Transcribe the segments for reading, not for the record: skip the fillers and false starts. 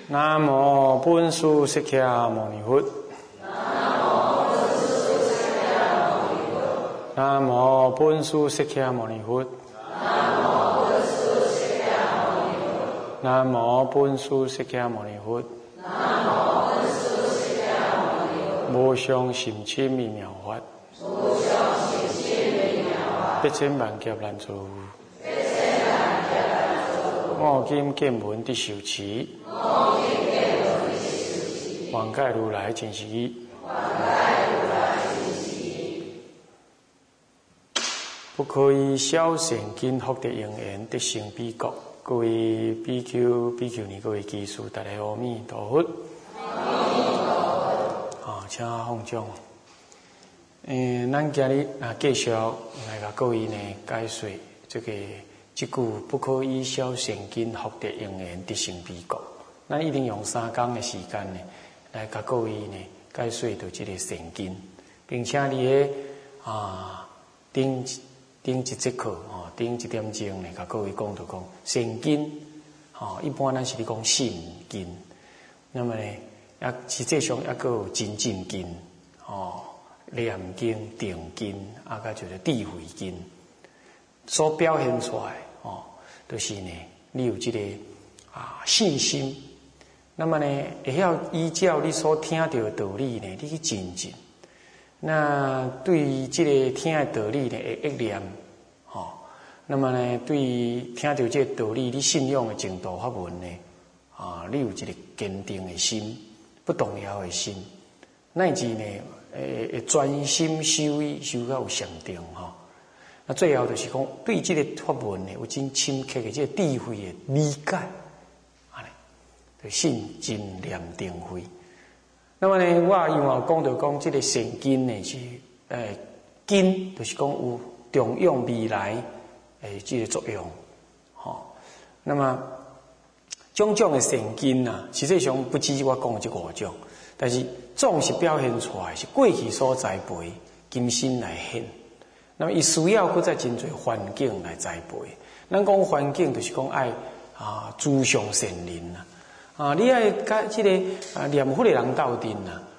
南无本师释迦牟尼佛。南无本师释迦牟尼佛。南无本师释迦牟尼佛。无上甚深微妙法，百千万劫难遭遇。我今见闻得受持，愿解如来真实义。不可以小善根福德因缘得成彼国。各位比丘、比丘尼，各位居士，大家阿弥陀佛。请放掌。咱今日继续来甲各位呢解说这句不可以小善根福德因缘得成彼国。咱一定用3天的时间呢来甲各位呢解说到这个善根，并且伫顶一节课顶1点钟呢，甲各位讲到讲善根一般咱是咧讲信根，那么呢。实际上还有精进根、念根、定根，甲就是智慧根，所表现出来就是呢，你有这个信心。那么呢，会晓依照你所听到的道理呢，你去精进。那对于这个听的道理呢，会忆念，那么呢，对于听到这个道理，你信仰的程度法门呢，你有一个坚定的心。不动摇的心，乃至呢，专心修义，修到有上定那最后就是讲，对这个法门呢，有真深刻的这个智慧的理解，就信真念定慧。那么呢，我因为讲到讲这个善根呢是根，就是讲有重用未来这个作用，那么。种种的善根实际上不止我讲的这5种，但是总是表现出来是过去所栽培，今生来现。那么伊需要搁再真侪环境来栽培。咱讲环境就是讲爱诸上善人你爱甲这个念佛的人斗阵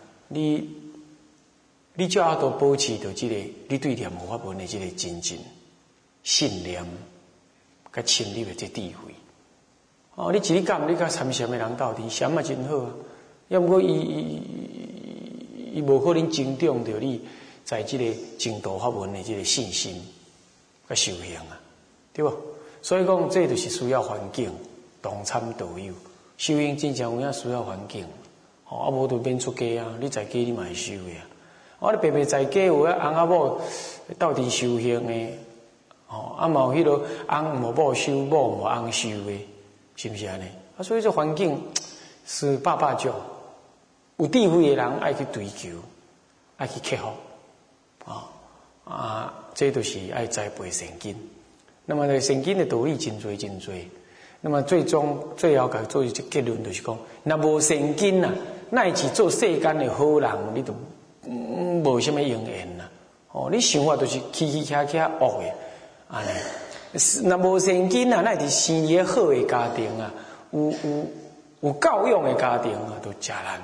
你就要多保持着这个你对念佛法门的这个真正信念，甲深入的这智慧。你一日干，你甲参禅的人斗阵，禅嘛真好要不过伊无可能增长着你在这个净土法门的这个信心甲修行对不？所以讲，这就是需要环境，同参道友，修行真正有影需要环境。无就免出家你在家你嘛会修的你白白在家有翁仔某斗阵修行的嘛有迄落翁无某修，某无翁修的。是不是安尼？所以这环境是百种，有智慧的人爱去追求，爱去克服，这都是爱栽培善根。那么善根的道理真多真多。那么最后甲做一个结论，就是讲，若无善根乃至做世间的好人，你都无什么因缘你想法都是起恰恶的，安尼。若无善根乃至生一个好的家庭有教养的家庭都真难。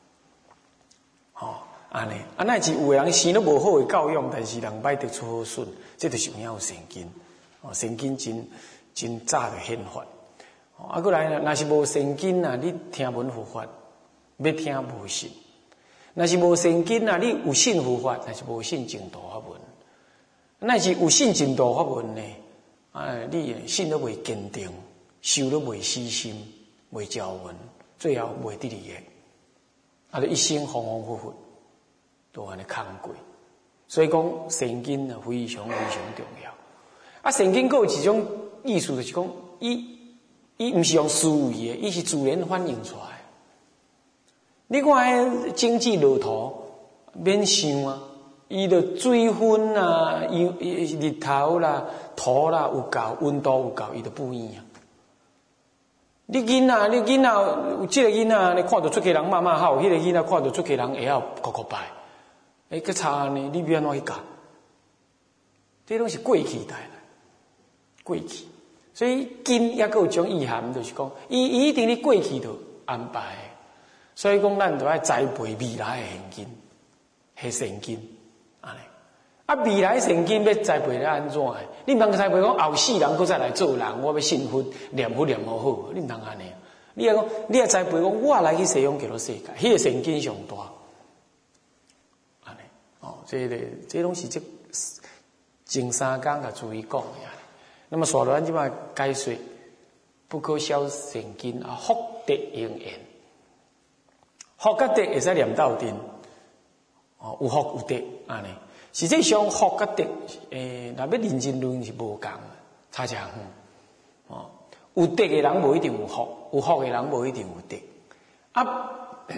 安尼乃至有的人生都无好的教养，但是人歹得出好顺，这就是有善根。善根真早就显发。过来若是无善根你听闻佛法要听无信；若是无善根你有信佛法，但是无信净土法门；乃至有信净土法门呢？你信都未坚定，修都未死心，未照闻，最后未得利益，就一生恍恍惚惚，都安尼空过。所以讲善根非常非常重要。善根还有一种意思，就是讲伊毋是用思维的，伊是自然反映出来。你看经济路途免想伊的水分日头啦、土啦有够，温度有够，伊就不一样。你囡仔有这个囡仔，你看到出家人骂好，迄个囡仔看到出家人会晓哭拜，个差呢，你要安怎去教？这拢是过去带来，过去。所以根也有一种意涵，就是讲，伊一定你过去的安排。所以讲，咱就要栽培未来的现金，系现金，安尼。啊，未来现金要栽培咧安怎的？你毋通栽培讲后世人搁再来做人，我要信佛念好好，你毋通安尼。你要讲，你要栽培讲，我来去西方极乐世界，迄个现金上大。安尼，哦，这拢是前3讲甲注意讲的。那么，所以咱即摆解说，不可消现金啊，福德应缘。福甲德会使念斗阵，哦，有福有德安尼。实际上，福甲德，若要认真论是无共，差真远。哦，有德的人无一定有福，有福的人无一定有德。啊，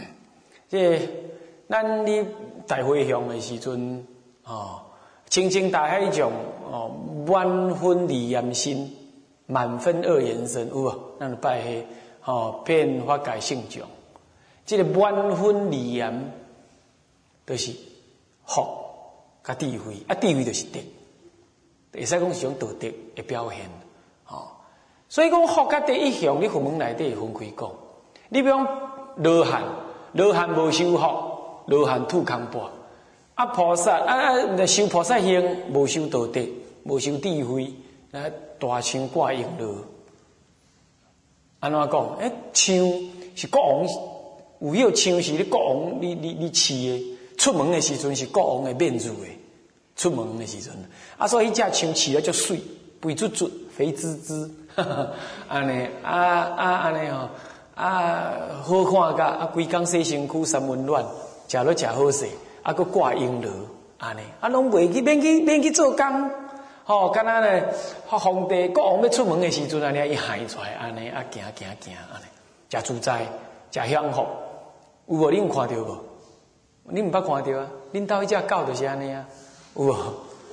咱哩大回向的时阵，哦，清清大海迄种，哦，满分利严心，满分恶言身，有无？咱就拜迄，哦，遍法界圣像。这个满分利严，就是福甲智慧，啊，智慧就是德，会使讲是种道德的表现，哦。所以讲福甲德一向，你佛门内底分开讲。你比方罗汉无修福，罗汉吐空钵；啊，菩萨修菩萨行，无修道德，无修智慧，大枪挂璎珞。安怎讲？枪是国王。有迄个枪是你国王，你饲的，出门的时阵是国王的面子的，出门的时阵，啊，所以迄只枪饲了足水，肥嘟嘟，肥滋滋，安尼安尼吼，好看甲啊，规工洗身躯，三温暖，食了食好势，啊，佮挂璎珞，安尼，啊，拢袂去免去做工，吼，敢若咧，皇帝国王要出门的时阵，安尼伊喊出来，安尼啊，行，安尼，食自在，食享福。有无？你有看到无？你毋捌看到啊？恁兜迄只狗就是安尼啊，有无？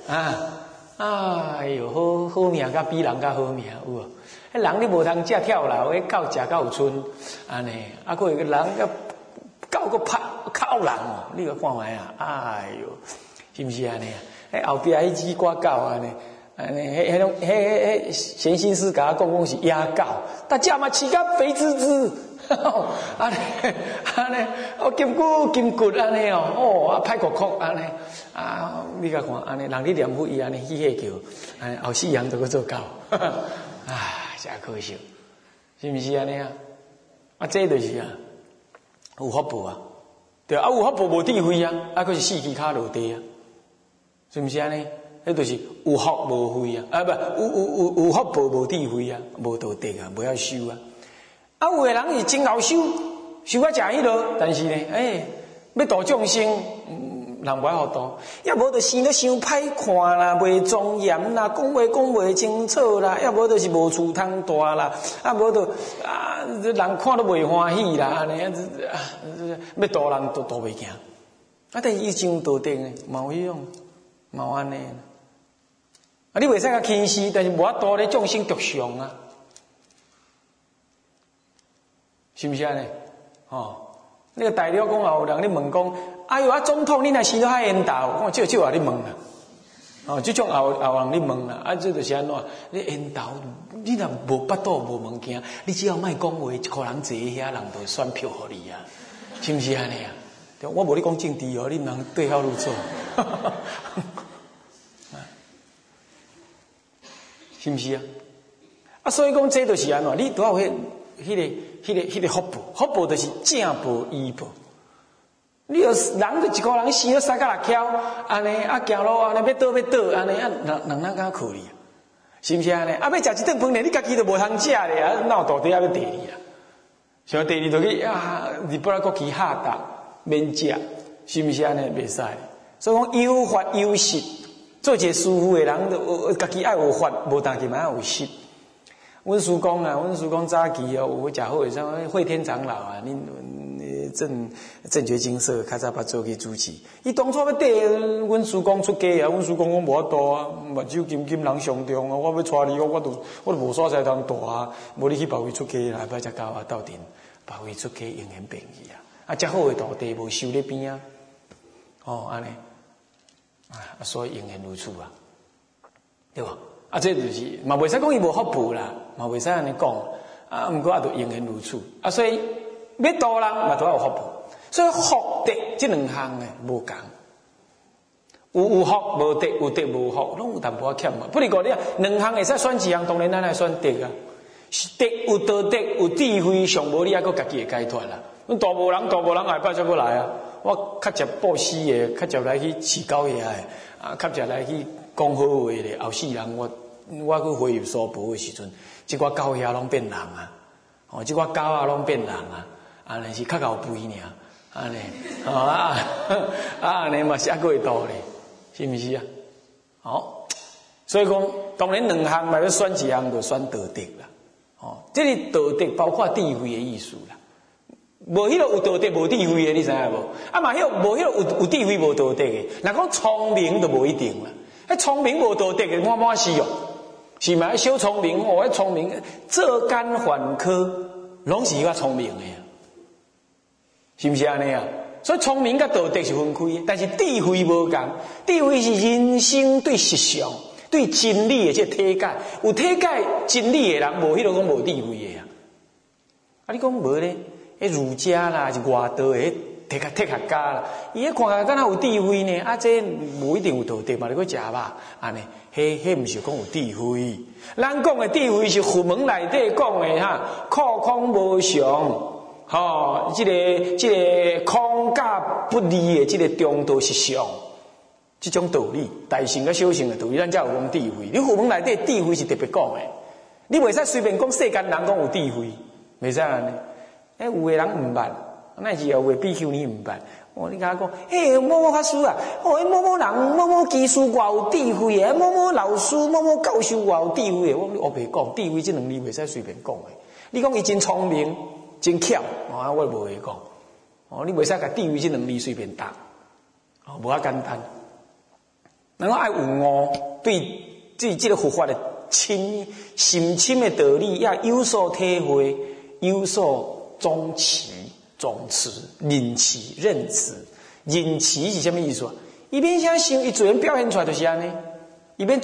哎哟，好命甲比人较好命，有无？迄人你无通食跳楼，迄狗食到有剩，安尼，啊，佫有个人狗佫拍靠人哦，你个看卖啊？哎哟，是毋是安尼啊？迄后壁迄只瓜狗安尼。迄种闲心思甲我讲是野狗，大家嘛饲甲肥滋滋，安尼，哦金骨安尼哦，歹骨壳安尼，啊，你甲看安尼，人你念佛伊安尼喜喜叫，安尼后世人都去做狗，啊，真可惜，是毋是安尼啊？啊，这就是啊，有福报啊，对啊，有福报无智慧啊，啊，佫是四肢骹落地啊，是毋是安尼？迄就是有福无慧啊，啊不，有福报无智慧啊，无道德啊，无晓修啊。啊，有的人是真后修啊食迄落，但是呢，要度众生，人无好度，要无就生得伤歹看啦，袂庄严啦，讲话讲袂清楚啦，要无就是无厝通住啦，啊无就人看都袂欢喜啦，安尼要度人都度袂行。啊，但是伊真道德呢，嘛有迄种，嘛有安尼。啊，你袂使甲轻视，但是无法度咧众生着想啊，是毋是安尼？哦，那个大了讲后，人咧问讲，哎哟，总统你若生到海缘投，我少话你问啦。哦，这种后人咧问啦，这就是安怎？你缘投，你若无巴肚无物件，你只要莫讲话，一个人坐遐，人就选票互你啊，是毋是安尼啊？我无咧讲政治哦，你毋通对号入座。是毋是啊？啊，所以讲这就是安怎？你都要迄个福报，福报就是正报依报。你要人就一个人生了3到6巧，安尼啊行路安尼要倒，安尼啊人敢靠你啊？是毋是安尼？啊，要食一顿饭呢，你家己都无通食咧啊，哪有道理啊？要第二啊？像第二就去日本国旗下达免食，是毋是安尼？袂使。所以讲有法有实。做一个师傅的人，家己爱有法，无当然嘛爱有实。阮师公早期有食好诶，像慧天长老啊，恁正觉精舍较早捌做去主持。伊当初要缀阮师公出家啊，阮师公讲无法度啊，目睭金人上重啊，我要带你，我都无所在通住啊，无你去别位出家啦，摆才到斗阵，别位出家应缘便去啊，啊，遮好诶徒弟无收咧边啊，哦，安尼。所以应缘如此啊，对吧？啊，这就是嘛，袂使讲伊无福报啦，嘛袂使安尼讲啊。毋过也都应缘如此啊，所以要度人嘛都要有福报。所以福德这两项呢无共，有福无德，有德无福，拢有淡薄仔欠嘛。不如讲你两项会使选一项，当然咱来选德啊。德有道德，有智慧，上无你还佫家己会解脱啦。阮大无人下摆才过来啊！我较食布施的，较食来去饲狗遐的，啊，较食来去讲好话的。后世人我去回游所补的时阵，即寡狗遐拢变人啊！哦，即寡狗啊拢变人啊！安尼是较够肥尔，安尼安尼嘛是还佫会度咧，是毋是啊？好，所以讲当然两项嘛要选一项，就选道德啦。哦，这个道德包括智慧的意思啦。无迄个有道德无智慧的，你知影无？啊嘛，迄个无迄个有智慧无道德的。若讲聪明就无一定啦。迄聪明无道德的，满满是哦，是嘛？小聪明，迄聪明做奸犯科，拢是较聪明的啊，是毋是安尼啊？所以聪明甲道德是分开的，但是智慧无共。智慧是人生对实相、对真理的这体解，有体解真理的人，无迄个讲无智慧的啊。啊，你讲无咧？迄儒家啦，是外道诶，哲学家啦，伊迄看起来敢若有智慧呢？啊，这无一定有道德嘛，你去食肉，安尼，迄毋是讲有智慧。咱讲诶智慧是佛门内底讲诶哈，空空无常，吼，即个空假不离诶，即个中道实相，即种道理，大乘甲小乘诶道理，咱才有讲智慧。你佛门内底智慧是特别讲诶，你袂使随便讲世间人讲有智慧，袂使安尼。有个人毋捌，那是有个比丘尼毋捌。你甲我讲，某某法师啊，某某人、某某技术偌有智慧诶，某某老师、某某教授偌有智慧诶。我袂讲智慧这两字袂使随便讲诶。你讲伊真聪明、真巧，我无会讲。你袂使甲智慧这两字随便答，无遐简单。然后爱有悟，对这个佛法的深深的道理，也有所体会，有所终持、忍持、认词。忍持是什么意思啊？伊免啥想，伊自然表现出来就是安尼。伊免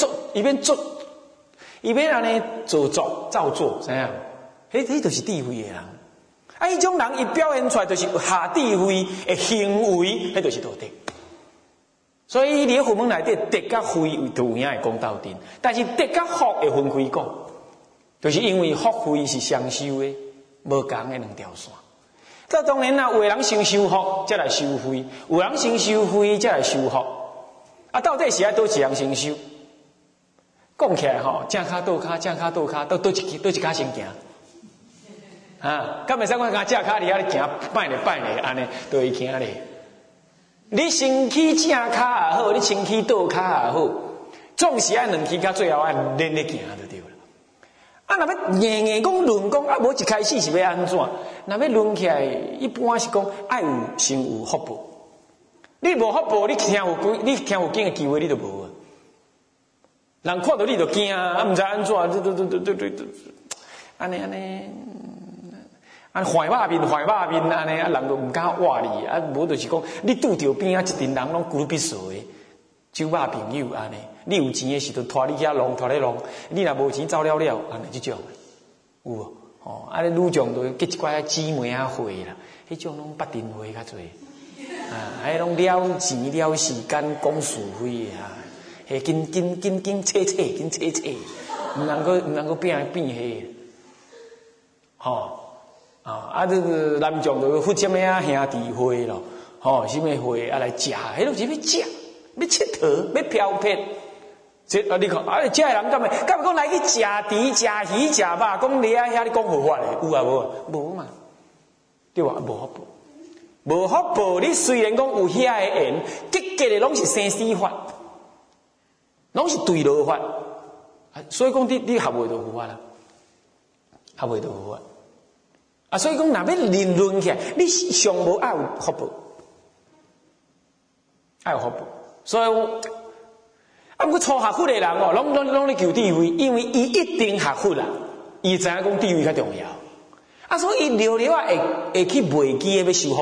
安尼照做，知影？迄就是智慧的人。啊，迄种人伊表现出来就是下智慧的行为，迄就是道德。所以伫佛门内底，德甲慧有同样会讲斗阵，但是德甲福会分开讲，就是因为福慧是相修的。无共的两条线。这当然啦，有的人先修福，才来修慧；有人先修慧，才来修福。啊，到底是爱倒一项先修？讲起来吼，正骹倒骹，倒一骹先行。啊，敢袂使讲正骹伫遐行，摆咧，安尼都会行咧。你身体正骹也好，你身体倒骹也好，总是爱两隻骹最后爱连咧行就对了。啊，若要硬硬讲论讲，啊，无一开始是要安怎？若要论起来，一般是讲爱有先有福报。你无福报，你听有惊的机会你都无啊。人看到你就惊啊，毋知安怎，安尼，坏肉面，安尼啊，人都毋敢活你啊。无就是讲，你拄着边啊一群人拢骨必熟的。酒肉朋友安尼，你有钱的时阵拖你遐拖咧弄，你若无钱走了，安尼即种有无？你女将都结一寡姊妹啊会啦，迄种拢八丁会较济，迄拢了钱了时间讲是非的迄紧切，毋能够变迄个，这男将就负什么啊兄弟会咯，什么会啊来食，迄拢是要食。要佚佗，要漂撇，你看，这个人敢会讲来去食猪、食鱼、食肉，讲你遐你讲何法嘞？有啊无啊？无嘛，对吧？无福报，你虽然讲有遐个缘，结的拢是生死法，拢是对落法，所以讲你合袂到佛法啦，合袂到佛法。啊，所以讲若要论论起来，你上无爱有福报，爱有福报。所以，不初学佛的人拢咧求智慧，因为伊一定学佛啦，伊知影讲智慧较重要。所以伊了会去袂记要修福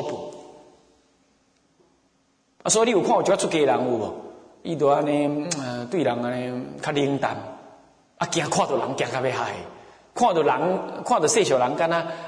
报。所以你有看有一个出家人有无？伊就安尼，对人安尼较冷淡，惊看到人惊较要害，看到世俗人敢若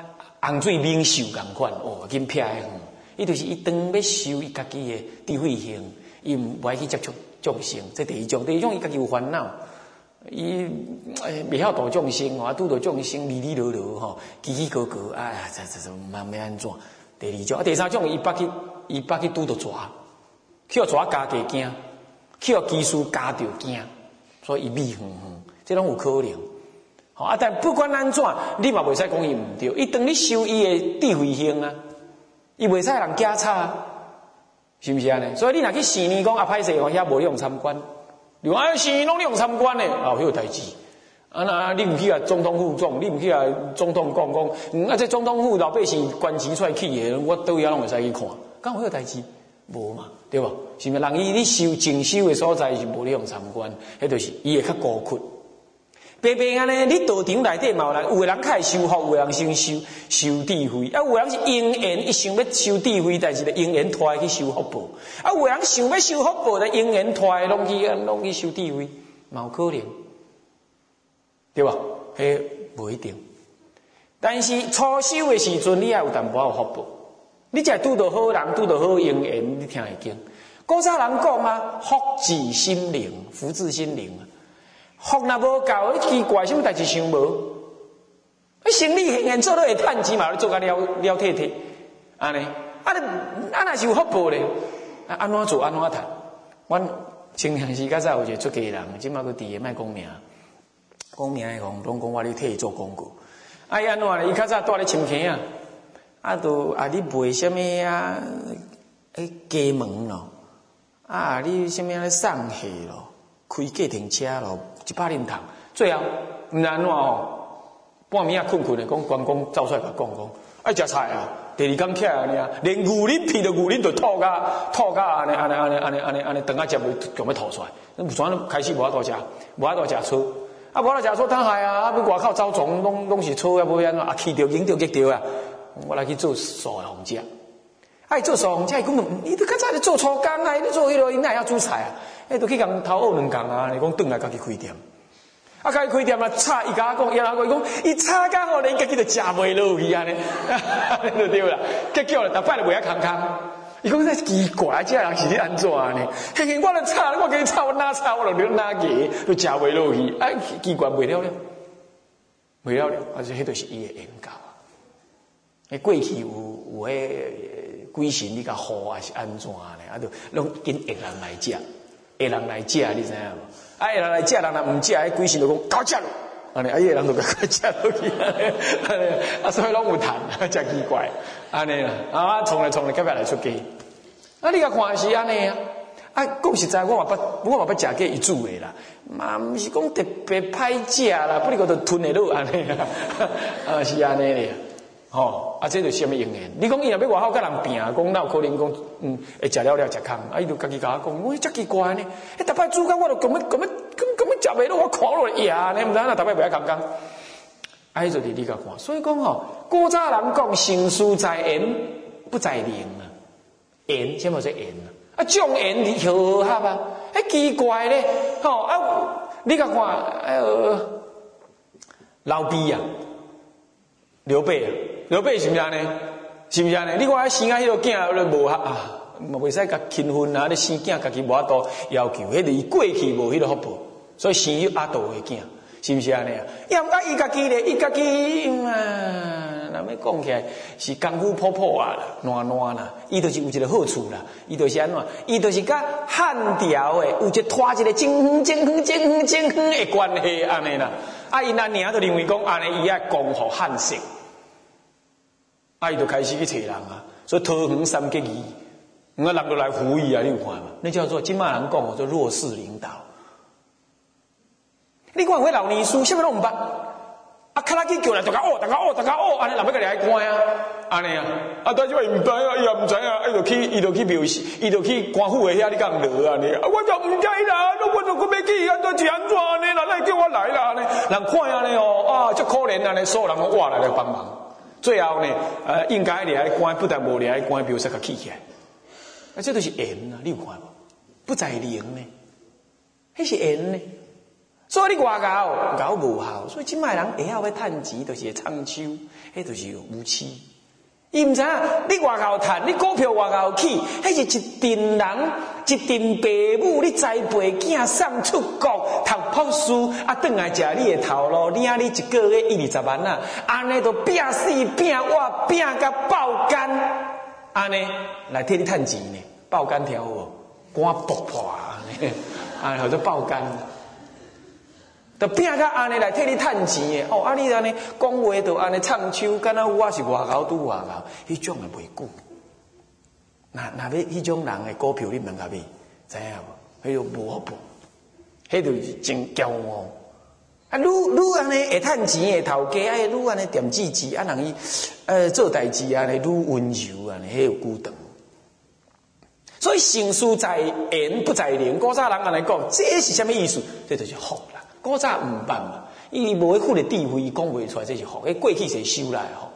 洪水猛兽共款，哦，紧撇的远。伊就是伊当要修伊家己的智慧性，伊唔爱去接触众生。这第一种，第二种伊家己有烦恼，伊未晓度众生哦，拄到众生离离落落吼，叽叽咕咕，哎呀，这慢慢安怎？第二种，第三种伊捌去拄到蛇，去互蛇加加惊，去互技术加着惊，所以伊米远远，这拢有可能。好啊，但不管安怎，你嘛袂使讲伊唔对，伊当你修伊的智慧性啊。伊袂使人假差啊，是毋是安尼？所以你若去4年讲啊，歹势哦，遐无你用参观。你讲啊，4年拢你用参观咧，哦，迄个代志。啊那你毋去啊，总统府总，你毋去啊，总统讲，啊这总统府老百姓捐钱出来去的，我倒遐拢会使去看，敢有迄个代志？无嘛，对无？是毋是？人你修正修的所在是无你用参观，迄就是伊会较孤僻。白白安尼，你道场内底嘛有的人较会修福，有的人先修智慧，啊有的人是因缘，伊想要修智慧，但是咧因缘拖去修福报，啊有的人想要修福报，咧因缘拖拢去修智慧，嘛有可能，对吧？迄无一定。但是初修的时阵，你也有淡薄仔有福报，你才拄到好人，拄到好因缘，你听会经。古早人讲啊，福至心灵，福至心灵啊。福若无够，你奇怪什么代志想无？你生理现做都会趁钱嘛，你做甲了退退，安尼，若是有福报咧，安怎做安怎趁？阮前两时较早有一个出家人，即马佫伫个，莫讲名，讲名的拢讲我咧替伊做广告。啊，伊安怎咧？伊较早住咧深坑啊，你卖什么啊？鸡毛咯，你什么咧送货咯？开计程车咯，100人趟，最后毋然怎哦？半暝啊困的，讲关公走出来甲讲，爱食菜啊！第二天起来安尼啊，连牛奶屁都牛奶都吐甲安尼，等下食袂强要吐出来，那全开始无法度食，无法度食醋，无法度食醋，摊害啊！要外口走虫，拢是醋，也无安怎，气着引着激着啊！我来去做素的红食。做素红食，伊讲你都较早咧做粗工啊，你做迄落，你哪会晓煮菜啊？都去共头学2工啊！你讲转来家己开店，家己开店啊，炒伊甲我讲，伊讲，伊炒工吼，你家己就食袂落去安尼，就对啦。结果咧，逐摆就袂晓空。伊讲这奇怪，这人是咧安怎呢？嘿嘿，我咧炒，我给你炒，我哪炒我就哪个，就食袂落去。奇怪袂了，而且迄就是伊的缘教啊。过去有迄鬼神你甲护还是安怎呢？就拢跟恶人来食，恶人来食，你知影无？恶人来食，人若毋食，迄鬼神就讲搞食咯。安尼，恶人就甲食落去，安尼，所以拢有谈，真奇怪，安尼啦，从来隔壁来出家。你甲看是安尼啊？讲实在，我嘛捌食过伊煮的啦，嘛毋是讲特别歹食啦，不过就吞会落安尼啦，是安尼咧。这就是什么因缘？你讲伊若要外口甲人拼，讲哪有可能讲会食了食空？伊就家己甲我讲，我这奇怪呢，逐摆煮到我就根本食袂落，我看落呀呢，毋知哪逐摆袂晓空工。迄就是你甲看，所以讲古早人讲成事在言，不在灵啊。言，什么是言啊？种言你好合啊？奇怪咧，你甲看，老毕啊，刘备啊。刘备是毋是安尼？是毋是安尼？你看生啊，迄个囝咧无啊，袂使甲亲婚啊！你生囝家己无法度要求，迄个伊过去无迄个福报，所以生阿道的囝，是毋是安尼啊？要毋伊家己咧，伊家己若要讲起来是功夫婆婆啊，烂啦，伊就是有一个好处啦，伊就是安怎？伊就是甲汉朝的有一拖一个真远的关系安尼啦。伊那娘就认为讲安尼，伊爱降服汉室。伊就开始去找人啊，所以桃园三结义，人就来服伊啊，你有看嘛？那叫做今嘛人讲，叫弱势领导。你看迄老尼书，什么拢毋捌，卡拉去叫来，大家学，安尼人要甲你来看啊，安尼啊，但是伊毋知啊，伊也毋知啊，伊就去庙，伊就去官府的遐，你讲落安尼，我就毋知啦，我就搁要去，就是安怎呢？来叫我来啦，安尼，人看安尼足可怜安尼，所有人都挖来帮忙。最后呢，应该来关，不但无来关，比如说甲起起来，这都是缘啊！你有看无？不在灵呢，迄是缘呢。 所以你外熬无效，所以即卖人会晓要趁钱，就是会苍手，迄就是无耻。伊毋知影，你外熬趁，你股票外熬起，迄是一群人，一群父母，你栽培囝送出国读博士，啊，转来食你的头路，领你一个月120万啊，安尼都拼死拼活拼甲爆肝，安尼来替你趁钱呢？爆肝听好无？肝爆破安尼叫做爆肝。就拼甲安尼来替你趁钱的哦，啊你安尼讲话就安尼唱秋，敢若我是外熬拄外熬，迄种也袂久。那要迄种人的股票，你问甲买，知影无？迄就无好报，迄就是真骄傲。啊，愈安尼会趁钱的头家，哎，愈安尼点志气，啊，人伊做代志安尼愈温柔安尼，迄有久长。所以成事在言不在灵，古早人安尼讲，这是啥物意思？这就是福啦。古早毋捌嘛，伊无迄款的智慧，讲袂出来，这是福。迄过去是修来的福。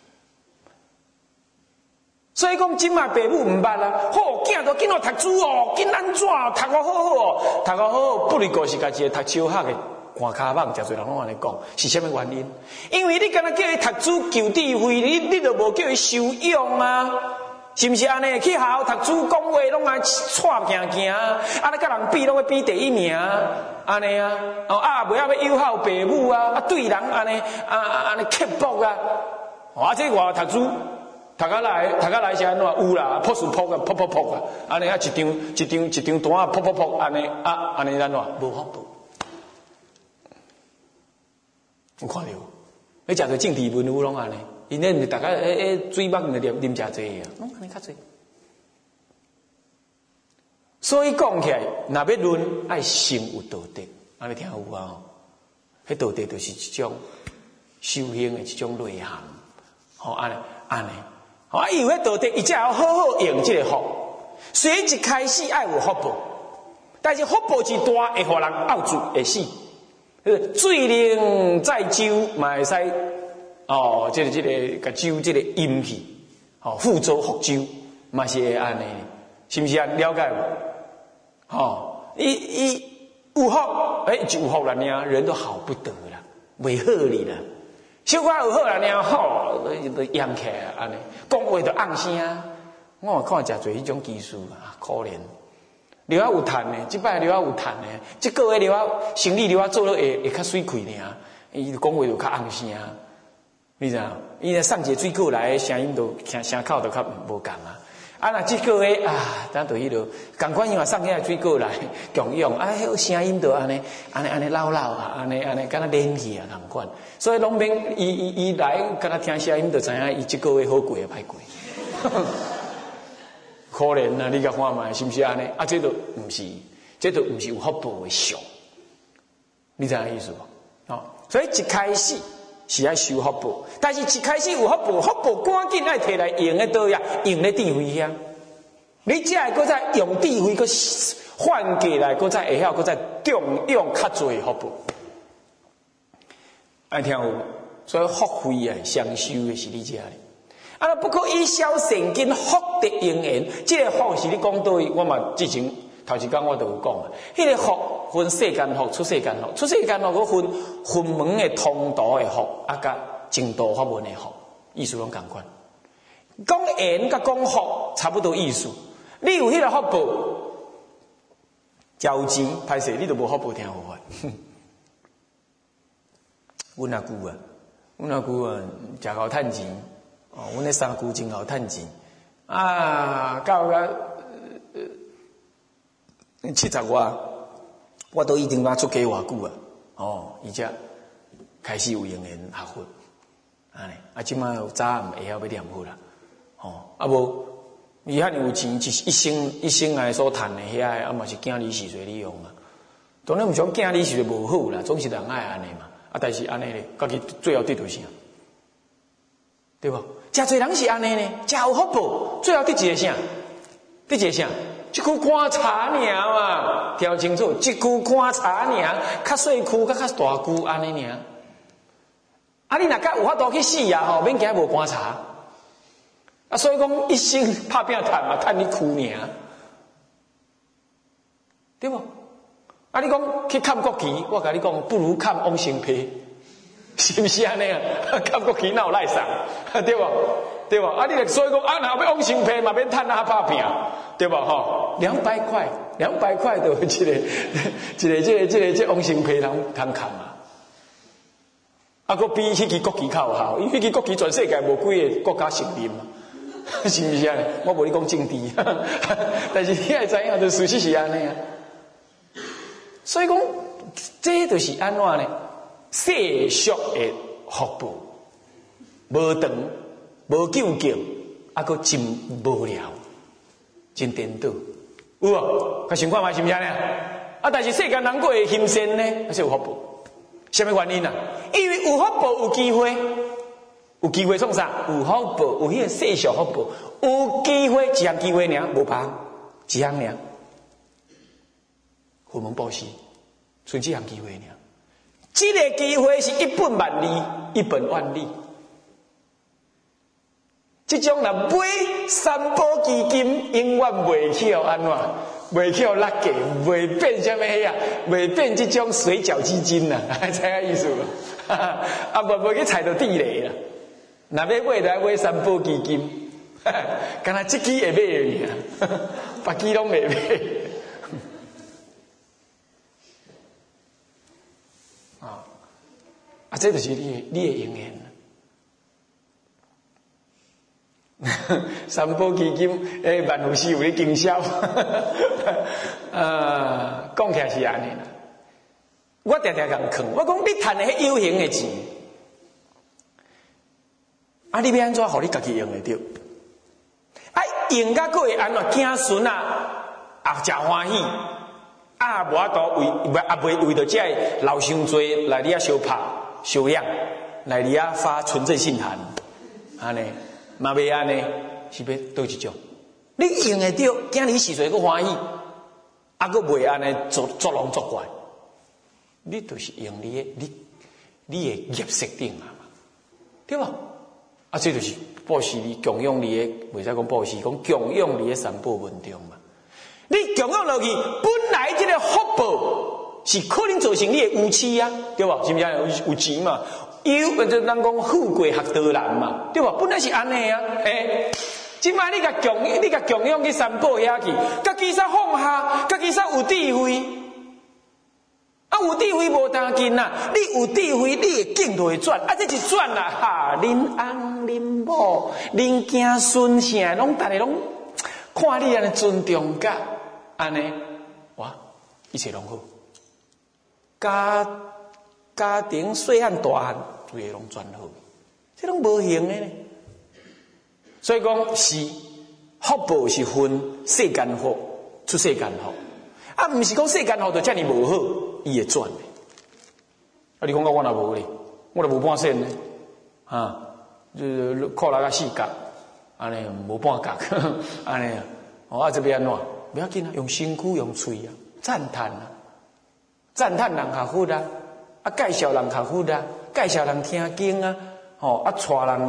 所以讲，今麦父母毋捌啦，好囝都紧要读书哦，紧安怎读我好好哦，读我好好，不如就是家己读小学的看骹网，诚侪人拢安尼讲，是啥物原因？因为你敢若叫伊读书求智慧，你就无叫伊受用啊。是毋是安尼？去学校读书讲话拢爱错行行，啊，你甲人比拢要比第一名，安尼啊，哦啊，袂晓要友好父母啊，啊对人安尼安尼刻薄啊，啊这我读书读啊来是安怎有啦，扑簌扑啊，扑啊，安尼啊一张单啊扑安尼啊安尼安怎无福报？有看到？你食着政治文武拢安尼。因咧，大家水目就啉诚济啊，拢安尼较济。所以讲起来，若要论爱先有道德，安尼听有啊？迄道德就是一种修行的一种内涵，好安尼，好啊！有迄道德，伊才要好好用这个福。虽然一开始爱有福报，但是福报之大，会互人拗住会死。水灵载舟，嘛会使。哦，这个甲周这个阴气，哦，覆舟覆舟，嘛是会安尼，是不是啊？了解无？哦，伊有福，就有福了呢，人都好不得啦，袂好哩啦，小可有好了呢，吼，都扬起来安尼，讲话就昂声，我看诚侪迄种技术啊，可怜。了啊有趁呢，即摆了啊有趁呢，即个月了啊生意了啊做了会较水气呢，伊讲话就较昂声。你知影？伊若送一个水果来，声音都声口都较无共啊！啊，若即个月啊，咱就迄落，共款伊嘛送遐水果来共用，啊，迄声音就安尼唠啊，安尼敢若连去啊，共款。所以拢免伊来，敢若听声音就知影伊即个月好过歹过。可怜啊！你甲看卖是毋是安尼？啊，这都毋是，这都毋是有福报的相。你知影意思无？哦，所以一开始。是爱修福报，但是一开始有福报，福报赶紧爱摕来用咧倒呀，用咧智慧遐。你才会搁再用智慧，搁换过来，搁再会晓，搁再重用较多福报。爱听有，所以福慧啊，双修的是你遮咧。啊，不可以消善根，福德因缘。这个福是你讲到，我嘛之前头一讲我都有讲啊。迄个福。分世间福、出世间福，出世间福佮分分门的通道的福，啊，甲净土法门的福，意思拢共款。讲缘甲讲福差不多意思。你有迄个福报，交钱歹势，你就无福报听好法。阮阿舅啊，食好趁钱，哦，阮咧三姑真好趁钱，啊，到个70外。我都已经把出家偌久啊，哦，伊才开始有用缘学佛，安尼啊，即摆有早暗会晓要念佛啦，哦，啊无伊遐有钱，一生来所趁的遐，啊嘛是囝儿时阵利用啊，当然毋想囝儿时阵无好啦，总是人爱安尼嘛，啊，但是安尼咧，家己最后得到啥？对无？诚侪人是安尼呢，诚有福报，最后得一个啥？得一个啥？一句观察尔嘛，听清楚，一句观察尔，较细句甲较大句安尼尔。啊，你若甲有法度去死啊吼，免惊无观察。啊，所以讲一生拍拼趁嘛，趁你句尔，对无？ 啊，你讲去看国旗，我甲你讲，不如看汪成培，是不是安尼啊？看国旗哪有赖上，对不？对吧？啊，你所以讲啊，若要汪成培嘛，免趁啊拍拼，对吧？吼，200块，200块就这汪成培通看啊。啊，佫比迄支国旗较有效，因为迄支国旗全世界无几个国家承认嘛，是毋是啊？我无你讲政治，但是你也知影，就事实是安尼啊。所以讲，这就是安怎呢？世俗的福报，无长，无究竟，啊，佫真无聊，真颠倒，有无？甲想看觅是毋是安尼啊？啊，但是世间人过会欣善呢，还是有福报。什么原因啊？因为有福报有机会，有机会创啥？有福报有迄个世俗福报，有机会一项机会尔，无怕一项尔。佛门布施，剩这项机会尔。这个机会是一本万利，一本万利。这种若买三宝基金，永远袂晓安怎？袂去落价，袂变什么呀？袂变这种水饺基金呐，知影意思无？啊，无去踩到地雷啦。若要买，就要买三宝基金，干那这支会买尔，别支拢袂买。啊，这就是你的因缘。三宝基金，万有时有咧经销，讲起来是安尼啦。我常常共劝，我讲你赚的迄有形的钱，啊，你要安怎互你家己用得着？啊，用甲佫会安怎？子孙啊，食欢喜，啊，无法度袂为着这老伤济来你遐相拍修养，来你遐发纯正信函，安尼。嘛袂安尼，是要倒一种？你用会着，囝儿时岁佫欢喜，啊佫袂安尼作龙作怪，你就是用你的业识定嘛，对吧？啊，这就是布施你供养你的，袂使讲布施，讲供养你的三宝文中嘛。你供养落去，本来这个福报是可能造成你的有气啊，对吧？是不是有钱嘛？有，就咱讲富贵学道人嘛，对吧？本来是安尼啊，即摆你甲供养去三宝遐去，家己煞放下，家己煞有智慧，啊有智慧无当紧呐，你有智慧，你的境就会转，啊这一转啦，哈，恁翁恁某恁囝孙啥，拢逐个拢看你安尼尊重甲安尼，哇，一切拢好，家庭细汉大汉。对个拢转好，这拢无形的呢。所以讲是福报是分世间福出世间福，啊，毋是讲世间福就遮尔无好，伊会转的。啊，你讲我若无咧，我就无半仙呢，啊，靠来个四角，安尼无半角，安尼啊，啊这边安怎？不要紧啊，用身躯用喙啊，赞叹啊，赞叹人较好啊，啊介绍人较好啊。介绍人听经啊，吼啊，带人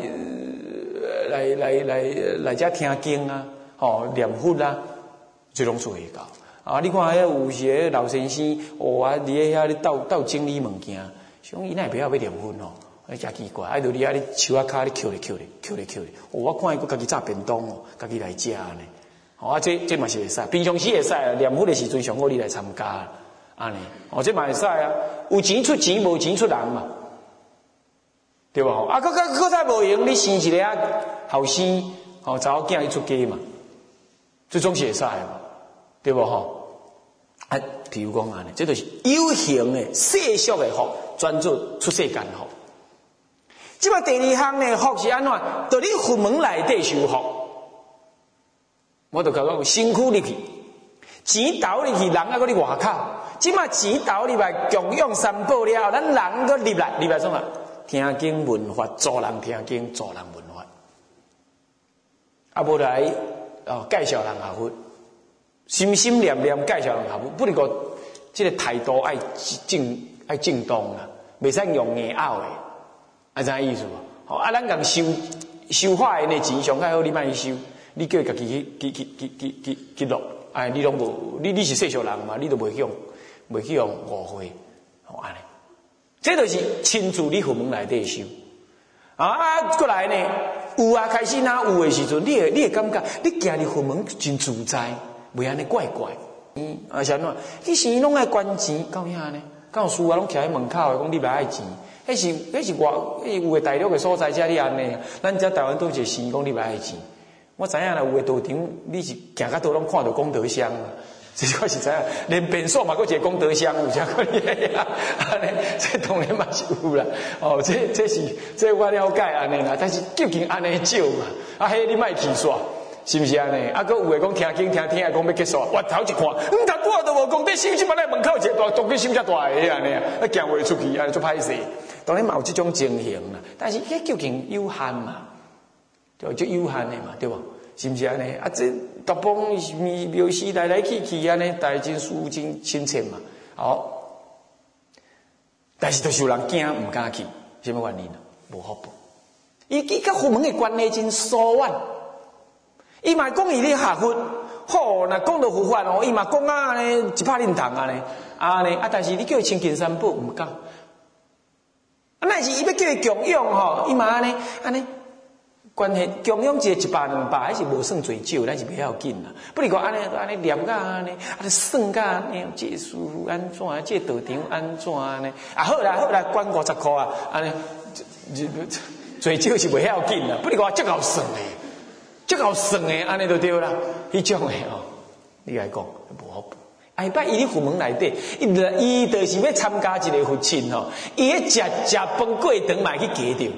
来遮听经啊，吼念佛啊，这拢做会到。啊，你看遐有些老先生，啊，伫遐咧斗整理物件，想伊那不要念佛哦，真奇怪，爱到你遐咧手啊骹咧扣咧，我看伊佫家己炸便当哦，家己来食呢。吼啊，这嘛是会使，平常时会使啊，念佛的时阵上好你来参加，安尼，哦，这嘛会使啊，有钱出钱，无钱出人嘛。对吧？啊，佫再无用，你生一个后生，吼查某囝去出家嘛，这种是会使的嘛，对不吼？啊，譬如讲安尼，这就是有形的世俗的福，转做出世间福。即摆第二项呢，福是安怎？就你佛门内底受福，我就讲身躯入去，钱投入去，人还搁伫外口。即摆钱投入来供养三宝了，咱人搁入来创啊？听经闻法，助人听经，助人闻法。啊，无来介绍人学佛，心心念念介绍人学佛，不能够这个态度爱正当啦，袂使用硬拗的，啊，知影意思无？啊，咱共收化缘的钱上较好，你莫去收，你叫伊家己去落，哎，你拢无，你是世俗人嘛，你都袂用， 袂去用误会，安尼，这就是亲自你佛门内底修。过来呢，有啊，开始哪有的时阵，你会感觉你行入佛门真自在，袂安尼怪怪。是安怎？迄时拢爱关钱，到遐呢？敢有事啊？拢徛喺门口的，讲你来爱钱。迄是有诶大陆诶所在才你安尼。咱遮台湾都有一个生讲你来爱钱。我知影啦，有诶道场你是行到倒拢看到功德箱啊。这我是知影，连便所嘛，佫一个功德箱有啥可能啊？安尼，这当然嘛是有啦。这我了解安尼啦，但是究竟安尼少嘛？迄你莫去煞。是不是安尼？佫有诶讲听经听听，讲要结束，我头一看，头拄都无讲，这心即摆咧门口一个大，当个心遮大个安尼啊，行袂出去，安尼做歹势。当然嘛有即种情形啦，但是迄究竟有限嘛？就有限诶嘛，对无？是不是安尼？这大帮庙寺来来去去安尼，大真事真亲切嘛。好，但是就是有人惊，唔敢去，什么原因啊？无福报。伊甲佛门诶关系真疏远。伊嘛讲伊咧学佛，好，若讲到佛法哦，伊嘛讲安尼一拍认同安尼，但是你叫伊亲近三宝，毋敢。那是伊要叫伊供养吼，伊嘛安尼关系供养一个100、200，还是无算最少，咱是袂要紧啦。不如讲安尼念甲安尼，算甲安尼，这师傅安怎，这道场安怎安尼？好啦，管50块啊，安尼，最少是袂要紧啦。不如讲足够算诶。足够算诶，安尼就对啦。迄种诶哦，你来讲无好报。下摆伊咧佛门内底，伊就是要参加一个佛亲吼，伊咧食饭过长嘛去夹着。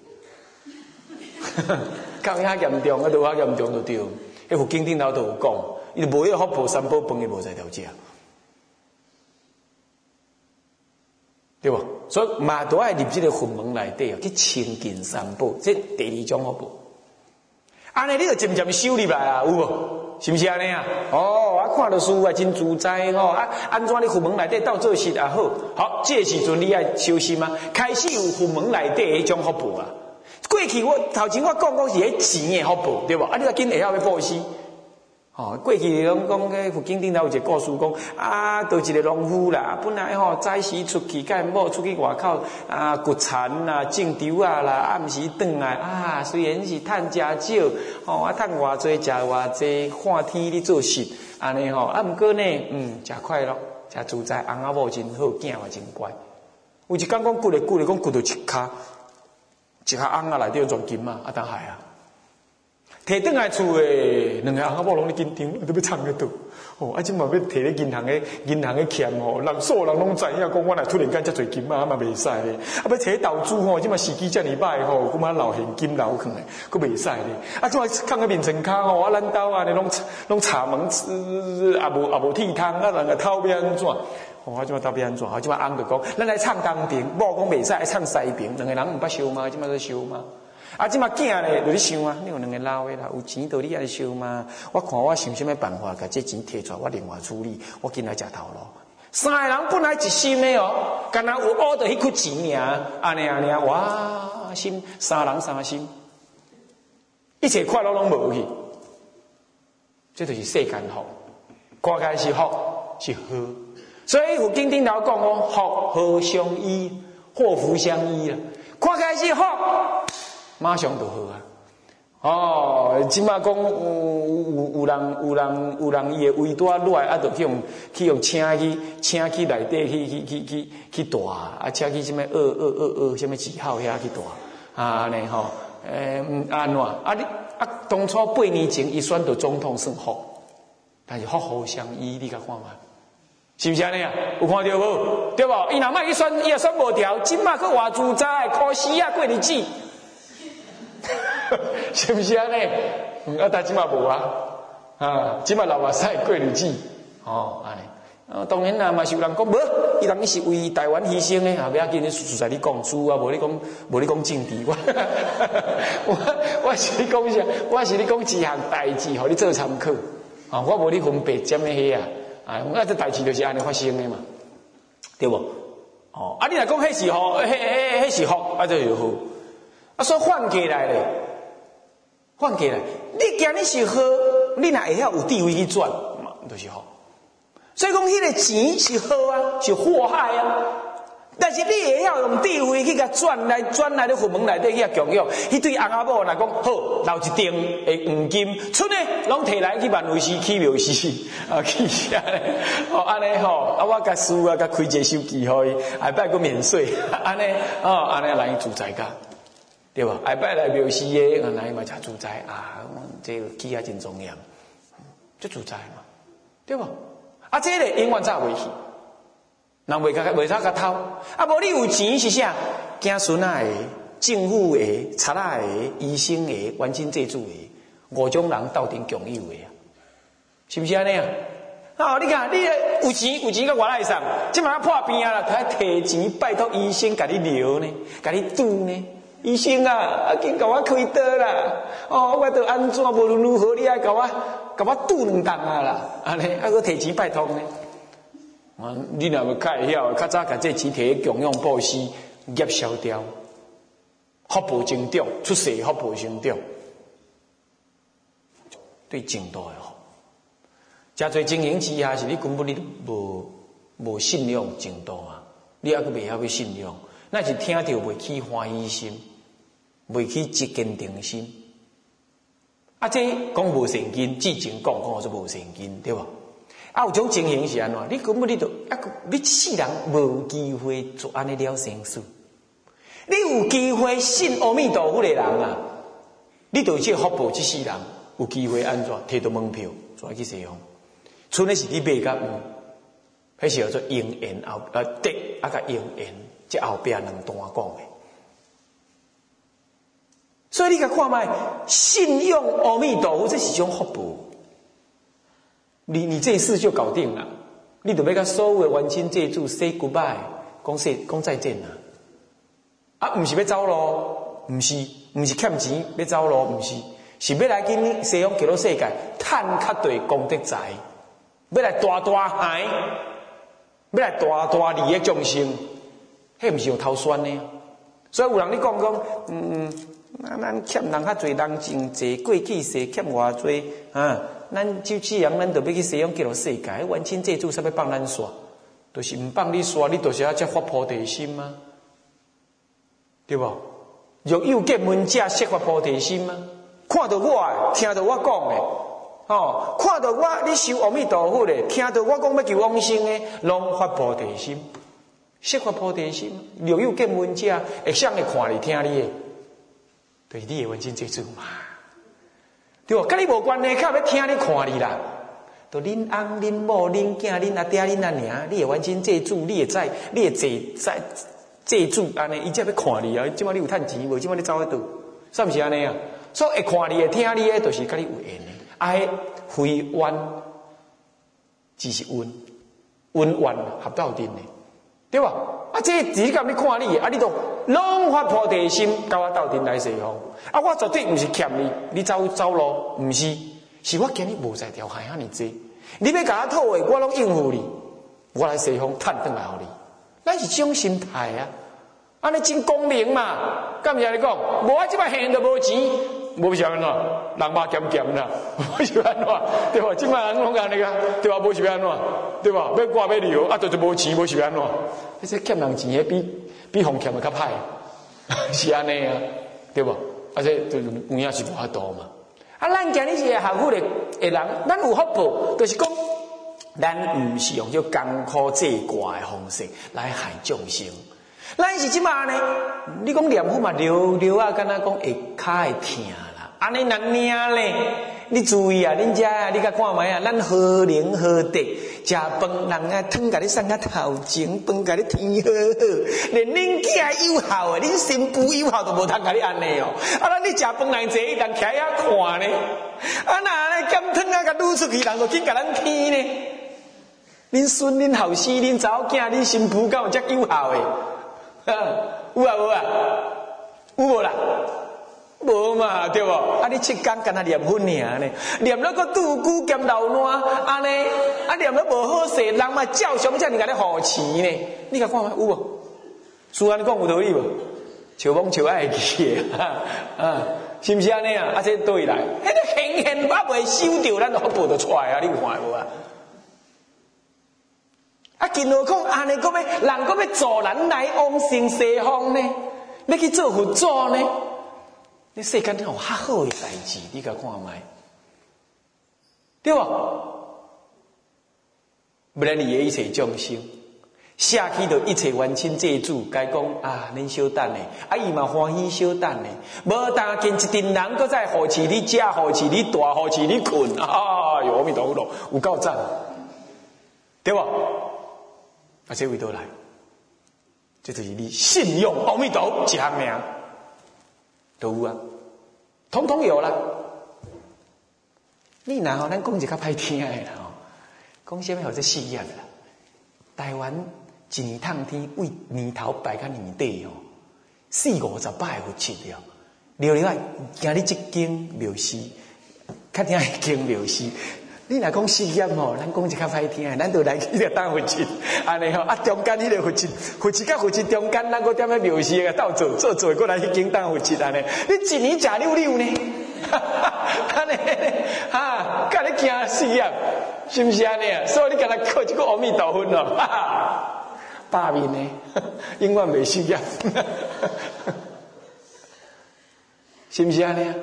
到遐严重，到遐严重就对。迄佛经顶头都有讲，伊就无迄个福报三宝饭，伊无在条食，对无？所以嘛都爱入这个佛门内底去亲近三宝，这第二种福报。安尼你就渐渐收入来啊，有无？是不是安尼啊？看到书啊，真自在吼。安怎你佛门内底斗做事也好，好，这时阵你爱修心啊，开始有佛门内底迄种福报啊。过去我头前我讲是迄钱的福报，对无？你若紧会晓要布施。过去拢讲个佛经顶头有一个故事讲，就一个农夫啦，本来早时出去，甲因某出去外口掘田啦、种稻啦，暗时转来虽然是趁诚少，趁偌济食偌济，看天咧做事，安尼毋过呢，诚快乐，诚自在，翁仔某真好，囝也真乖。有一天讲掘咧，讲掘到一骹翁仔内底有黄金嘛，当海啊。摕转来厝诶，两个翁仔某拢咧紧张，都要藏咧倒。即嘛要摕咧银行诶欠人所有人拢知影，讲我若突然间遮侪金嘛袂使咧。要摕投资即嘛时机遮尔歹佫嘛留现金留起来，佫袂使咧。即嘛放喺面床骹咱兜安尼拢插门，也无铁通，人个头要安怎？即嘛头要安怎？即嘛翁就讲，咱来唱东边，某讲袂使爱唱西边，两个人毋捌烧吗？即嘛在烧吗？即马囝咧，就咧想啊，你有两个老诶啦，有钱就你爱收嘛。我看我想什么办法，甲这钱摕出来，我另外处理，我紧来食头路。三个人本来一心诶干那有乌着迄块钱尔，安尼，哇，心三人三心，一切快乐拢无去。这就是世间福，看开是福是好，所以佛经顶头讲福祸相依，祸福相依啦。看开是福。马上就好啊！即马讲有人伊会胃大赖，就去用请去内底去大，请去什么什么几号遐去大安尼吼？安怎？当初8年前伊选到总统算福，但是福祸相依，你甲看嘛？是不是安尼啊？有看到无？对无？伊若莫去选，伊也选无掉。即马去偌自在，考试过日子。是不是安尼？但即嘛无即嘛老目屎过日子，安尼。当然啦，嘛是有人讲无，伊人是为台湾牺牲的，不要紧，你实在你讲书啊，无你讲政治，我是你讲啥？我是你讲一项代志，互你做参考。我无你分白针的迄这代志就是安尼发生的嘛，对无？你若讲迄是好，迄是福，这就好。所以反过来咧。你今日是好，你若会晓有智慧去转，就是好。 所以讲，迄个钱是好啊，是祸害啊。但是你会晓用智慧去甲转来咧佛门内底去甲供养，迄对翁仔某来讲好，留一定的黄金，剩的拢摕来去万惠寺起庙寺啊，去遐咧，哦安尼吼，啊我甲师父甲开一个手机互伊，下摆佫免税，安尼哦安尼来住宅家，对吧？下摆来庙寺的，来嘛食住宅啊，这个起啊真重要，就住宅嘛，对吧？啊，这个永远早袂去。人袂使甲偷，啊无你有钱是啥？子孙仔的、政府的、贼仔的、医生的、冤亲债主的，五种人斗阵共有的啊，是不是安尼啊？哦，你看你有钱甲外来送，即马破病啊啦，他摕钱拜托医生甲你疗呢，甲你拄呢。医生啊，紧甲我开刀啦！哦，我着安怎无论如何，你爱甲我拄两担啊啦，安尼啊，佫摕钱拜托呢？啊！你若要较会晓，较早甲这钱摕去供养布施，业消掉，福报增长，出世福报增长，对正道的好。真侪情形之下，是你根本你无信仰正道啊！你还佫袂晓去信仰，那是听着袂起欢喜心，袂起一坚定心。啊，这讲无善根，之前讲是无善根，对吧？啊，有种情形是安怎？你根本你世人无机会做安尼了生死。你有机会信阿弥陀佛的人啊，你就这福报，这世人有机会安怎摕到门票，转去西方。剩的是你买甲有，迄是叫做因缘后得啊，甲因缘，这后壁两段讲的。所以你甲看卖，信仰阿弥陀佛，这是种福报。你这事就搞定了，你就要甲所有的冤亲债主 say goodbye， 讲再见啦。啊，不是要走路，不是欠钱要走路，不是，是要来跟西方极乐世界探较对功德财，要来大海，要来大利益众生，迄不是用偷酸的。所以有人咧讲，咱欠人较侪，人情济，过去世欠偌侪啊。咱就这样，咱就要去西方极乐世界。冤亲债主，啥要放咱煞？就是唔放你煞，你就是要才发菩提心吗？对不？若有见闻者，悉发菩提心吗？看到我的，听到我讲的，哦，看到我你修阿弥陀佛的，听到我讲要求往生的，拢发菩提心，悉发菩提心。若有见闻者，会想会看你听你的，对你的冤亲债主嘛。对吧？跟你无关系，较要听你看你啦。就恁翁、恁某、恁囝、恁阿爹、恁阿娘，你的冤亲债主，你的债主安尼，伊才要看你啊！即摆你有趁钱无？即摆你走喺倒，是毋是安尼啊？所以会看你的、听你的，就是跟你有缘的。啊，非冤，只是冤冤合斗阵的，对吧？啊，这只是甲你看你，啊，你都拢发菩提心，甲我斗阵来西方。啊，我绝对不是欠你，你走路，不是，是我今日无在条海遐尼济，你要甲我讨的，我拢应付你，我来西方趁转来互你，咱是这种心态啊，安尼真公平嘛，敢毋是安尼讲？无我即摆现都无钱，无是安怎？人肉咸咸啦，无是安怎？对吧？即摆人拢安尼个，对吧？无是安怎？对吧？要挂要留，啊，就是无钱，无是安怎？你这欠人钱的比互欠的较歹，是安尼啊，对吧？而且就有影是无法度嘛。啊，咱今日是学佛的人，咱有福报，就是讲，咱唔是用这艰苦济寡的方式来害众生。咱是即嘛呢？你讲念佛嘛，溜啊，敢若讲会骹会疼啦。安尼人命咧，你注意啊，恁遮啊，你甲看卖啊，咱好灵好德，食饭人啊，汤甲你送啊头前，饭甲你添好好，连恁囝有孝的，恁新妇有孝都无通甲你安尼哦。啊，咱你食饭人坐，人徛遐看呢，啊那咧咸汤啊，甲撸出去，人就去甲咱添呢。恁孙、恁后生、恁查某囝、恁新妇，敢有遮有孝的？有啊无啊？有无啦？无嘛，对无？啊，你7天干那念佛尔呢？念了个拄久兼流烂，安尼啊念了无好势，人嘛照常遮尔甲你护持呢。你甲看有无？苏安讲有道理无？笑懵笑爱去啊，是毋是安尼啊？啊，这倒位来，迄个现我未收着，咱福报就出来啊！你看无啊？ 啊，更何况安尼，人搁要助咱来往生西方呢？要去做佛祖呢？你世间有较好的代志，你甲看卖，对吧？不然你的一切众生，下去就一切冤亲债主，该讲啊，恁小等咧，啊，伊嘛欢喜小等咧，无当见一群人，搁再扶持你食，扶持你大，扶持你困，啊哟，阿弥陀佛，有够赞，对吧？啊，这位倒来，这就是你信用阿弥陀一项命，都有啊，统统有啦。你若吼，咱讲一较歹听的啦吼，讲啥物互这事业啦？台湾一年烫天，为年头摆到年底吼，40-50摆会七了。了啊，今日这间庙事，较听迄间庙事。你若讲事业吼，咱讲一较歹听，咱就来去个当佛七，安尼吼啊，中间迄个佛七甲佛七中间，咱个踮咧庙事个斗做，过来去间当佛七安尼。你一年食溜呢？安尼哈，甲你惊事业，是毋是安尼啊？所以你甲他靠一个阿弥陀佛哦，百面呢，永远袂失业，是毋是安尼啊？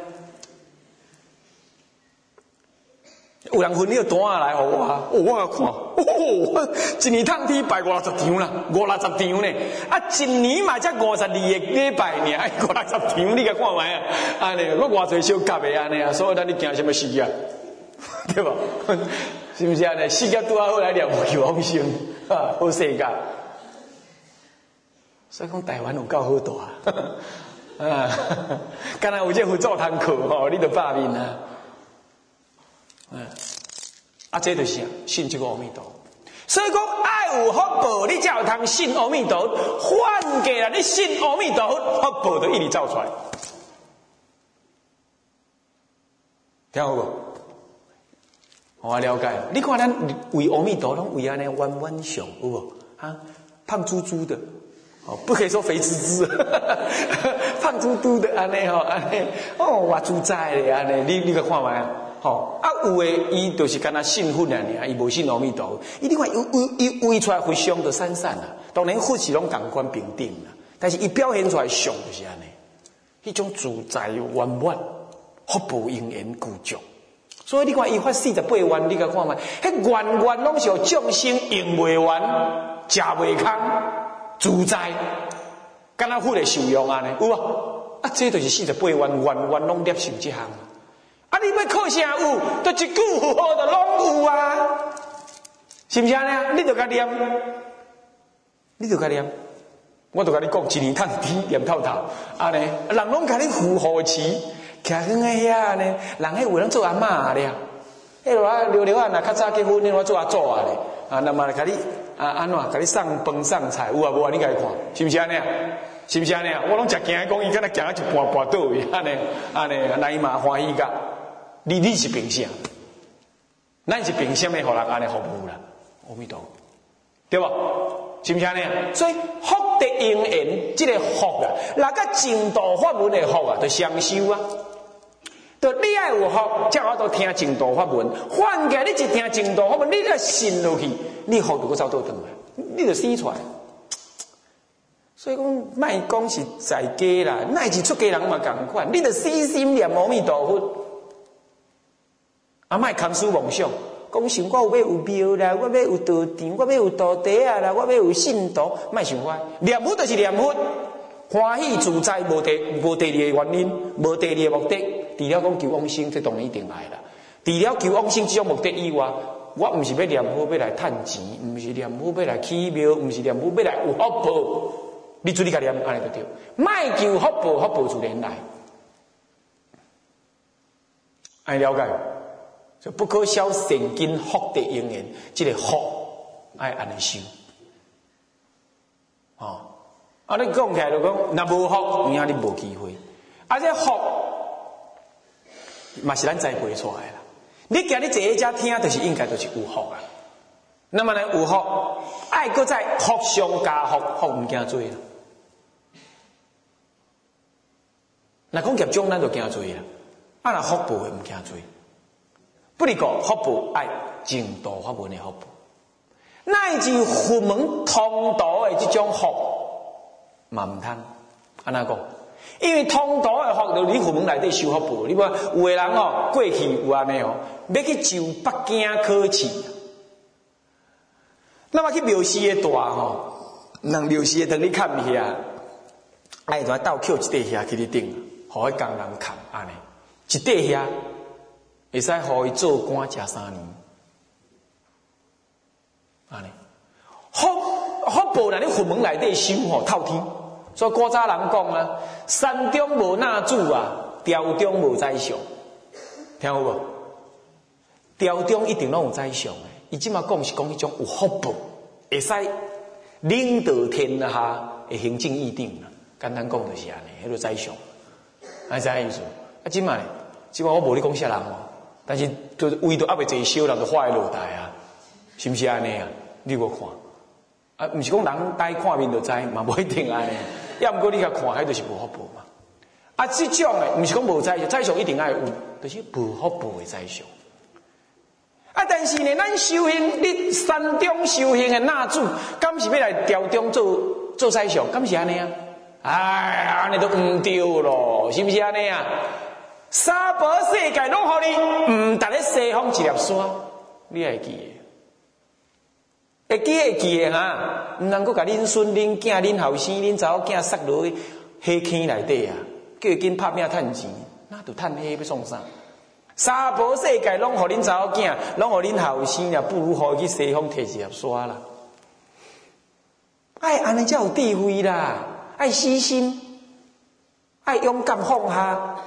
有人分你个单来互我，我看，一年烫天拜50场啦，50场呢。啊，一年嘛才52个礼拜呢，50场你甲看卖啊？安尼，我偌济小夹的安尼啊，所以咱你惊什么事业？对吧？是不是安尼？事业拄好来念求往生，啊，好世界。所以讲台湾有够好大啊！敢若有这佛祖通靠吼，你就百面啊！这就是信这个阿弥陀。所以讲爱有福报，你才有通信阿弥陀。反过来，你信阿弥陀佛，福报就一直走出来。听好无？我了解。你看咱为阿弥陀，拢为安尼弯弯上，有无？啊，胖猪猪的，哦，不可以说肥滋滋，胖嘟嘟的安尼吼，安尼哦，偌自在咧安尼，你个看卖啊？吼，啊有诶，伊就是敢若信佛尔尔，伊无信阿弥陀佛。伊你看，伊为出来佛相就散散啦。当然佛是拢共款平等啦，但是伊表现出来相就是安尼，迄种自在圆满，福报因缘具足。所以你看，伊发48愿，你甲看卖，迄愿愿拢是众生用袂完，食袂空，自在，敢若佛的受用安尼，有无？啊，这就是48愿，愿愿拢接受这项。啊！你要靠啥有？就一句佛号就拢有啊，是不是安尼啊？你就甲念，我就甲你讲，一年烫天念透透，安尼，人拢甲你扶护持，徛喺遐安尼，人迄有人做阿嬷咧，迄落啊溜啊，若较早结婚，迄落做阿祖啊咧，啊，那么甲你啊安怎，甲你送饭送菜，有啊无啊？你甲伊看，是不是安尼啊？是不是安尼啊？我拢真惊讲，伊敢若行啊一半倒去，安尼，那伊嘛欢喜甲。你是凭啥？咱是凭什么互人安尼服务啦？阿弥陀佛，对吧？是不是安尼啊？所以福德因缘，这个福啊，那个净土法门的福啊，就双修啊。就你爱有福，才有法度听净土法门。反过来，你一听净土法门，你若信落去，你福就搁走倒转来，你就死出来。所以讲，莫讲是在家啦，乃是出家人嘛共款，你就死心念阿弥陀佛。啊，莫空思妄想，讲想我有要有庙啦，我要有道场，我要有道地啊啦，我要有信徒，莫想歪。念佛就是念佛，欢喜自在，无第二个原因，无第二个目的。除了讲求往生，这当然一定来啦。除了求往生这种目的以外，我毋是要念佛要来趁钱，毋是念佛要来起庙，毋是念佛要来有福报。你注意甲念，安尼就对。莫求福报，福报自然来。安尼了解？就不可消善根福德因缘，这个福爱安尼修。哦，啊，你讲起来就讲，若无福，影你无机会。啊，这福嘛是咱栽培出来啦。你今日坐喺遮听，就是应该就是有福啊。那么呢，有福，爱搁再福上加福，福唔惊做啦。若讲业障，咱就惊做啦。啊，若福报唔惊做。不离个福报爱净土法门的福报， 乃至佛门通道的这种福，嘛唔通安怎讲？因为通道的福，就你佛门内底修福报。你看有个人哦，过去有安尼哦，要去就北京考试，那么去庙寺的大吼，人庙寺的等你看一下，哎，就倒扣一块遐去你顶，互迄工人看安尼，一块遐会使互伊做官食3年，安尼。福报若你佛门内底修吼，透天。所以古早人讲啊，山中无纳主啊，雕中无宰相，听有无？雕中一定拢有宰相的。伊即马讲是讲迄种有福报，会使领导天下的行政议定啦。简单讲就是安尼，迄个宰相，安怎意思？啊，即马我无咧讲啥人哦，但是就为着还未坐烧，人就化落台啊，是毋是安尼啊？你有无看？啊，毋是讲人呆看面就知，嘛无一定安尼。要毋过你甲看，迄就是无福报嘛。啊，这种诶，毋是讲无宰相，宰相一定爱有，就是无福报诶宰相。啊，但是呢，咱修行，你山中修行诶纳主，敢是要来调中做宰相？敢是安尼啊？哎，安尼都毋对咯，是毋是安尼啊？三宝世界拢互你，毋逐个西方一粒沙，你会记诶？会记诶哈，毋通阁甲恁孙、恁囝、恁后生、恁查某囝塞落去黑坑内底啊！叫伊紧拍拼趁钱，那就趁黑要创啥？三宝世界拢互恁查某囝，拢互恁后生啊，不如互伊去西方摕一粒沙啦！爱安尼才有智慧啦，爱死心，爱勇敢放下。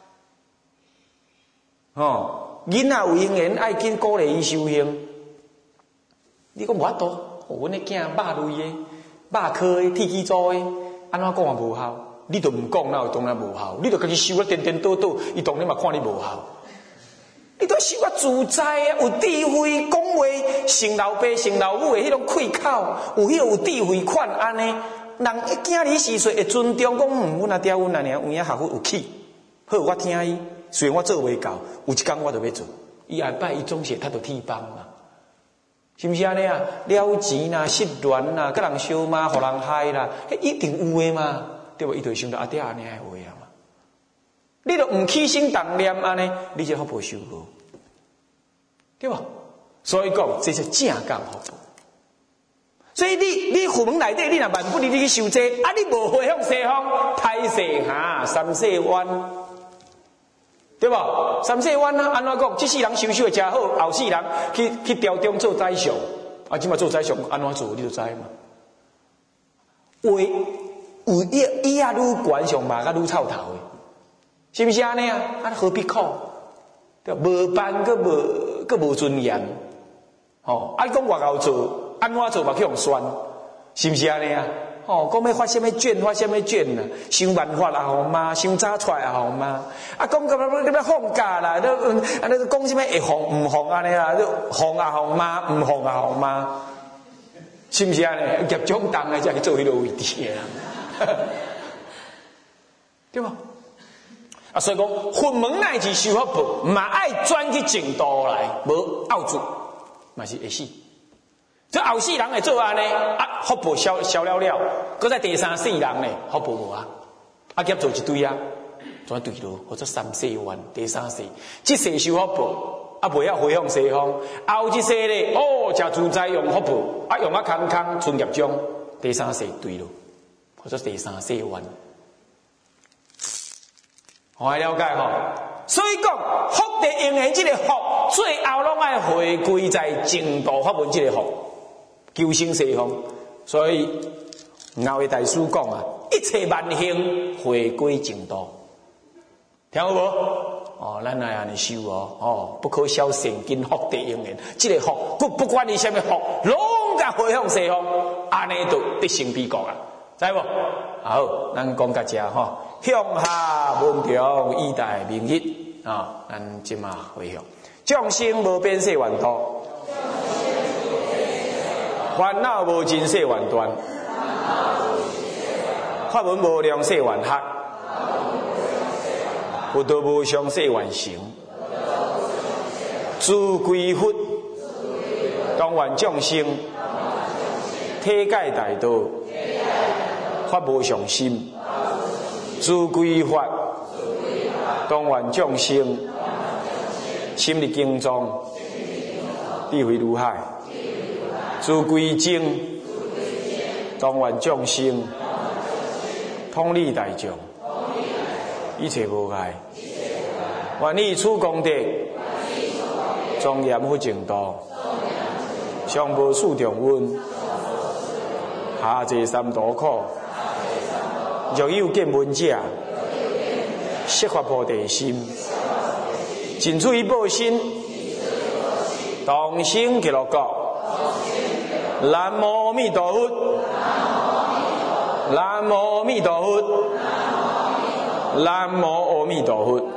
吼，囡仔有因缘，爱紧鼓励伊修行。你讲无法度，阮的囝肉类的、肉科的、铁器做的，安怎讲也无效。你都唔讲，哪有当然无效？你都家己修啊颠颠倒倒，伊当然嘛看你无效。你都修啊自在啊，有智慧，讲话成老爸成老母的迄种开口，有迄个有智慧款安尼，人囝儿时岁会尊重，讲阮阿爹阮阿娘有影学府有气，好我听伊，虽然我做袂到，有一天我就要做。伊下摆伊总是他就铁帮嘛。是毋是安尼啊？了钱啦、失恋啦、甲人相骂、互人害啦，迄一定有诶嘛，对无？伊就会想到阿爹安尼诶话啊嘛。你著毋起心动念安尼，你就福报修好，对无？所以讲，这是正讲福报。所以你佛门内底，你若万不离你去修这，啊，你无回向西方，歹势哈，三世冤。对无？三世冤啊！安怎讲？这世人修会真好，后世人去调中做宰相，啊，即马做宰相安怎做？你就知嘛。有伊啊，愈悬上嘛，甲愈臭头的，是毋是安尼啊？啊，何必苦？对，无办，佫无尊严，哦，啊，讲外口做，安怎做嘛去用酸，是毋是安尼啊？哦，讲要发什么卷，发什么卷啊？想办法啊，好吗？想早出来啊，好吗？啊，讲个要放假啦，啊，你讲什么会放唔放安尼啊？放啊，好吗？唔放啊，好吗？是毋是安尼？业种重的才去做迄个位置啊，对吧？啊，所以讲佛门乃至修福报，嘛爱转去正道来，无拗住，嘛是会死。这后世人会做安尼，啊，福报消了了，搁在第三世人呢，福报无啊，啊，劫做一堆啊，怎对咯？或者三世冤，第三世，这世修福报，啊，袂晓回向西方，后一世咧，哦，真自在用福报，啊，用啊空空存业中，第三世对咯，或者第三世冤，我还了解吼。所以讲，福的因缘，这个福最后拢爱回归在正道法门这个福。求生西方，所以后位大师讲啊，一切万行回归正道，听有无？哦，咱来安尼修哦，哦，不可消善根福德因缘，这个福，不管你什么福，拢甲回向西方，安尼就得成彼国啊，知无？好，咱讲到这吼，向下文中以大明日啊，咱即马回向，众生无边誓愿度。烦恼无尽誓愿断，法门无量誓愿学，佛道无上誓愿成，自归佛，当愿众生体界大道，发无上心，自归法，当愿众生，心力经藏，智慧如海，自归正，当愿众生，通利大众，一切无碍。愿以此功德，庄严佛净土，上无四重温，下济三途苦。若有见闻者，悉发菩提心，尽此一报身，同生极乐国。南无阿弥陀佛，南无阿弥陀佛，南无阿弥陀佛。